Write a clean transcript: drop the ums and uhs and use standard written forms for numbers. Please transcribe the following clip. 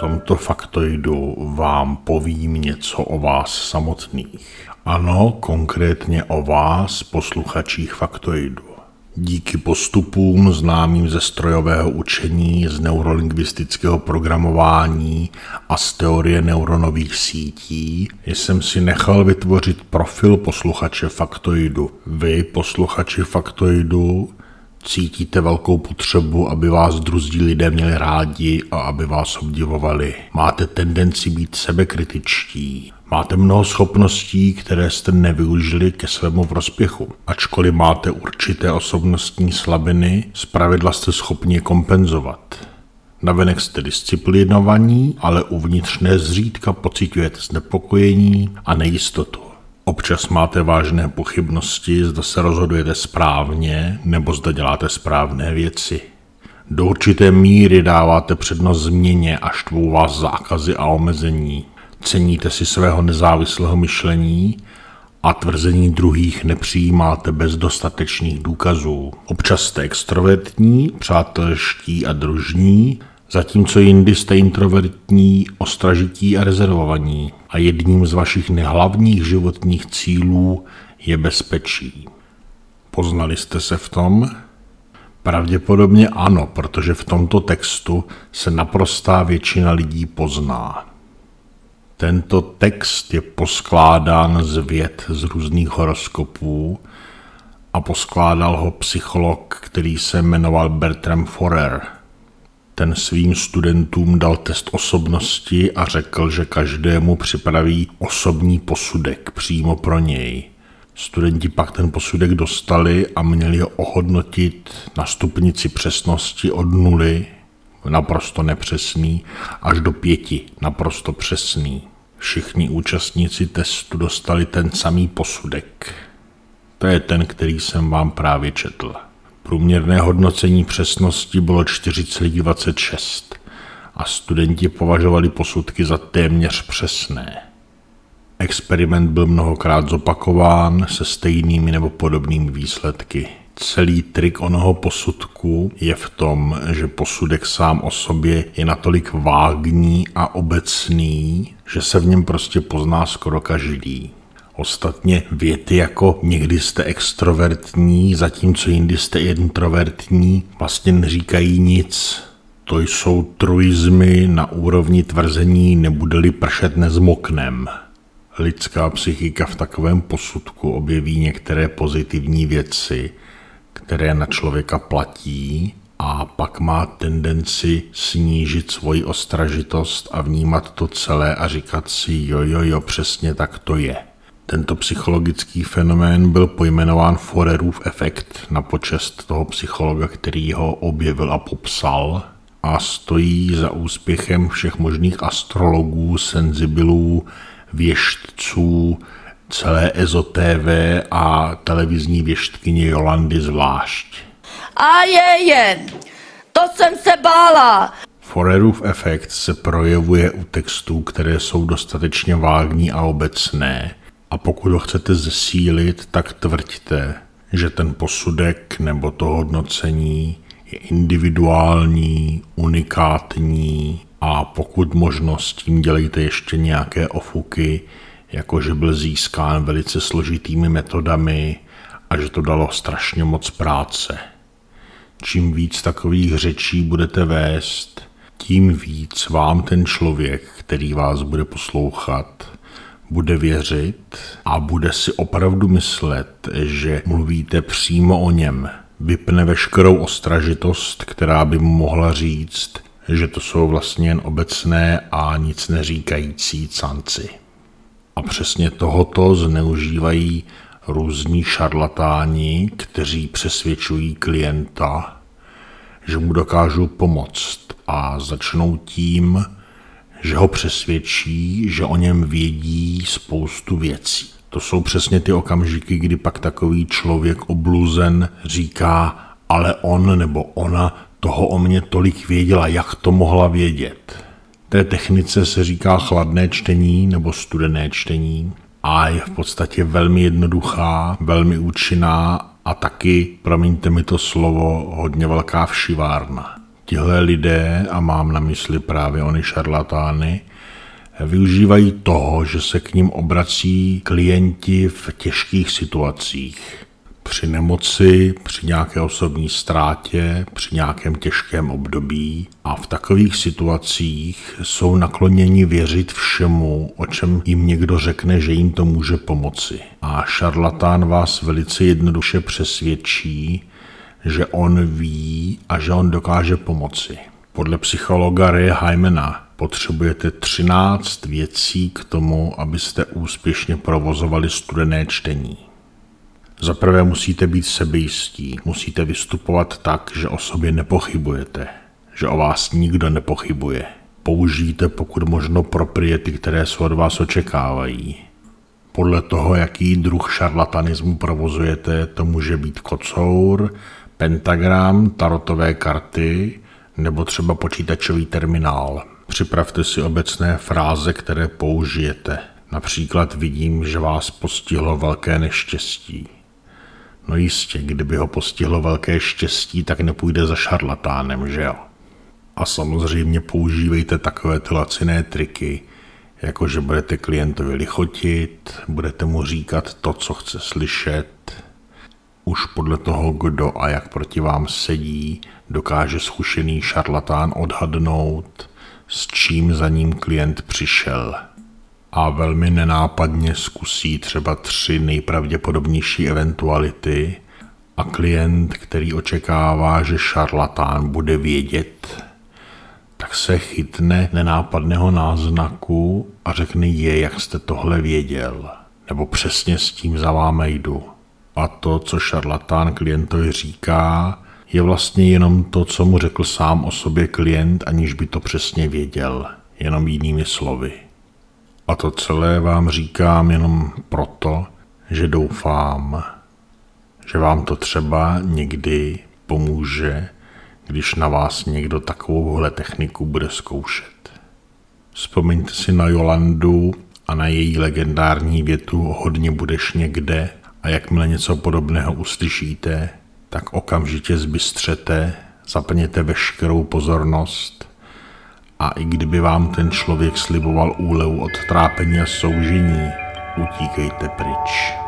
tomto faktoidu vám povím něco o vás samotných. Ano, konkrétně o vás, posluchačích faktoidu. Díky postupům známým ze strojového učení, z neurolingvistického programování a z teorie neuronových sítí jsem si nechal vytvořit profil posluchače faktoidu. Vy, posluchači faktoidu, cítíte velkou potřebu, aby vás druzí lidé měli rádi a aby vás obdivovali. Máte tendenci být sebekritičtí. Máte mnoho schopností, které jste nevyužili ke svému prospěchu. Ačkoliv máte určité osobnostní slabiny, zpravidla jste schopni je kompenzovat. Navenek jste disciplinovaní, ale uvnitř nezřídka pociťujete znepokojení a nejistotu. Občas máte vážné pochybnosti, zda se rozhodujete správně nebo zda děláte správné věci. Do určité míry dáváte přednost změně a štvou vás zákazy a omezení. Ceníte si svého nezávislého myšlení a tvrzení druhých nepřijímáte bez dostatečných důkazů. Občas jste extrovertní, přátelští a družní, zatímco jindy jste introvertní, ostražití a rezervovaní. A jedním z vašich nehlavních životních cílů je bezpečí. Poznali jste se v tom? Pravděpodobně ano, protože v tomto textu se naprostá většina lidí pozná. Tento text je poskládán z vět z různých horoskopů a poskládal ho psycholog, který se jmenoval Bertram Forer. Ten svým studentům dal test osobnosti a řekl, že každému připraví osobní posudek přímo pro něj. Studenti pak ten posudek dostali a měli ho ohodnotit na stupnici přesnosti od 0, naprosto nepřesný, až do 5, naprosto přesný. Všichni účastníci testu dostali ten samý posudek. To je ten, který jsem vám právě četl. Průměrné hodnocení přesnosti bylo 4,26 a studenti považovali posudky za téměř přesné. Experiment byl mnohokrát zopakován se stejnými nebo podobnými výsledky. Celý trik onoho posudku je v tom, že posudek sám o sobě je natolik vágní a obecný, že se v něm prostě pozná skoro každý. Ostatně věty jako někdy jste extrovertní, zatímco jindy jste introvertní, vlastně neříkají nic. To jsou truizmy na úrovni tvrzení nebude-li pršet nezmoknem. Lidská psychika v takovém posudku objeví některé pozitivní věci, které na člověka platí, a pak má tendenci snížit svoji ostražitost a vnímat to celé a říkat si jo, přesně tak to je. Tento psychologický fenomén byl pojmenován Forerův efekt na počest toho psychologa, který ho objevil a popsal, a stojí za úspěchem všech možných astrologů, senzibilů, věštců, celé EZO TV a televizní věštkyně Jolandy zvlášť. A to jsem se bála. Forerův efekt se projevuje u textů, které jsou dostatečně vágní a obecné, a pokud ho chcete zesílit, tak tvrďte, že ten posudek nebo to hodnocení je individuální, unikátní, a pokud možno s tím dělejte ještě nějaké ofuky, jako že byl získán velice složitými metodami a že to dalo strašně moc práce. Čím víc takových řečí budete vést, tím víc vám ten člověk, který vás bude poslouchat, bude věřit a bude si opravdu myslet, že mluvíte přímo o něm. Vypne veškerou ostražitost, která by mu mohla říct, že to jsou vlastně jen obecné a nic neříkající canci. A přesně tohoto zneužívají různí šarlatáni, kteří přesvědčují klienta, že mu dokážou pomoct, a začnou tím, že ho přesvědčí, že o něm vědí spoustu věcí. To jsou přesně ty okamžiky, kdy pak takový člověk obluzen říká, ale on nebo ona toho o mě tolik věděla, jak to mohla vědět. Té technice se říká chladné čtení nebo studené čtení a je v podstatě velmi jednoduchá, velmi účinná a taky, promiňte mi to slovo, hodně velká všivárna. Tihle lidé, a mám na mysli právě ony šarlatány, využívají toho, že se k nim obrací klienti v těžkých situacích. Při nemoci, při nějaké osobní ztrátě, při nějakém těžkém období a v takových situacích jsou nakloněni věřit všemu, o čem jim někdo řekne, že jim to může pomoci. A šarlatán vás velice jednoduše přesvědčí, že on ví a že on dokáže pomoci. Podle psychologa Raya Hymana potřebujete 13 věcí k tomu, abyste úspěšně provozovali studené čtení. Za prvé musíte být sebejistí, musíte vystupovat tak, že o sobě nepochybujete, že o vás nikdo nepochybuje. Použijte pokud možno propriety, které se od vás očekávají. Podle toho, jaký druh šarlatanismu provozujete, to může být kocour, pentagram, tarotové karty nebo třeba počítačový terminál. Připravte si obecné fráze, které použijete. Například vidím, že vás postihlo velké neštěstí. No jistě, kdyby ho postihlo velké štěstí, tak nepůjde za šarlatánem, že jo? A samozřejmě používejte takové ty laciné triky, jako že budete klientovi lichotit, budete mu říkat to, co chce slyšet. Už podle toho, kdo a jak proti vám sedí, dokáže zkušený šarlatán odhadnout, s čím za ním klient přišel. A velmi nenápadně zkusí třeba 3 nejpravděpodobnější eventuality a klient, který očekává, že šarlatán bude vědět, tak se chytne nenápadného náznaku a řekne jak jste tohle věděl, nebo přesně s tím za vámi jdu. A to, co šarlatán klientovi říká, je vlastně jenom to, co mu řekl sám o sobě klient, aniž by to přesně věděl, jenom jinými slovy. A to celé vám říkám jenom proto, že doufám, že vám to třeba někdy pomůže, když na vás někdo takovouhle techniku bude zkoušet. Vzpomeňte si na Jolandu a na její legendární větu hodně budeš někde a jakmile něco podobného uslyšíte, tak okamžitě zbystřete, zapněte veškerou pozornost a i kdyby vám ten člověk sliboval úlevu od trápení a soužení, utíkejte pryč.